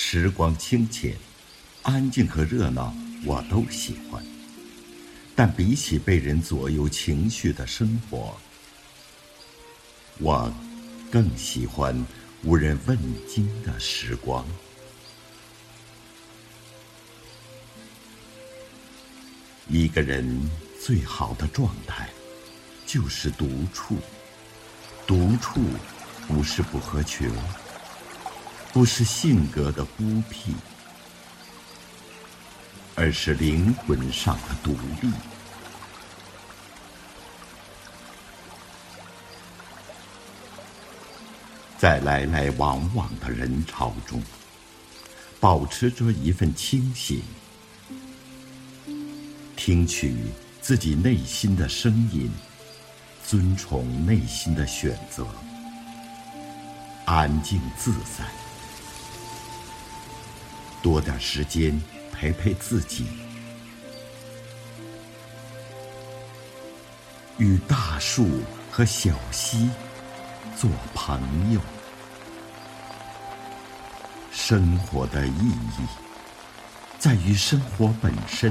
时光清浅，安静和热闹我都喜欢，但比起被人左右情绪的生活，我更喜欢无人问津的时光。一个人最好的状态就是独处，独处不是不合群，不是性格的孤僻，而是灵魂上的独立。在来来往往的人潮中，保持着一份清醒，听取自己内心的声音，尊崇内心的选择，安静自在，多点时间陪陪自己，与大树和小溪做朋友。生活的意义在于生活本身，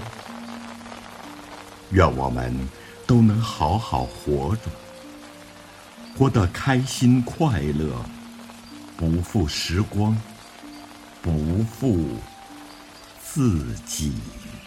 愿我们都能好好活着，活得开心快乐，不负时光，不负自己。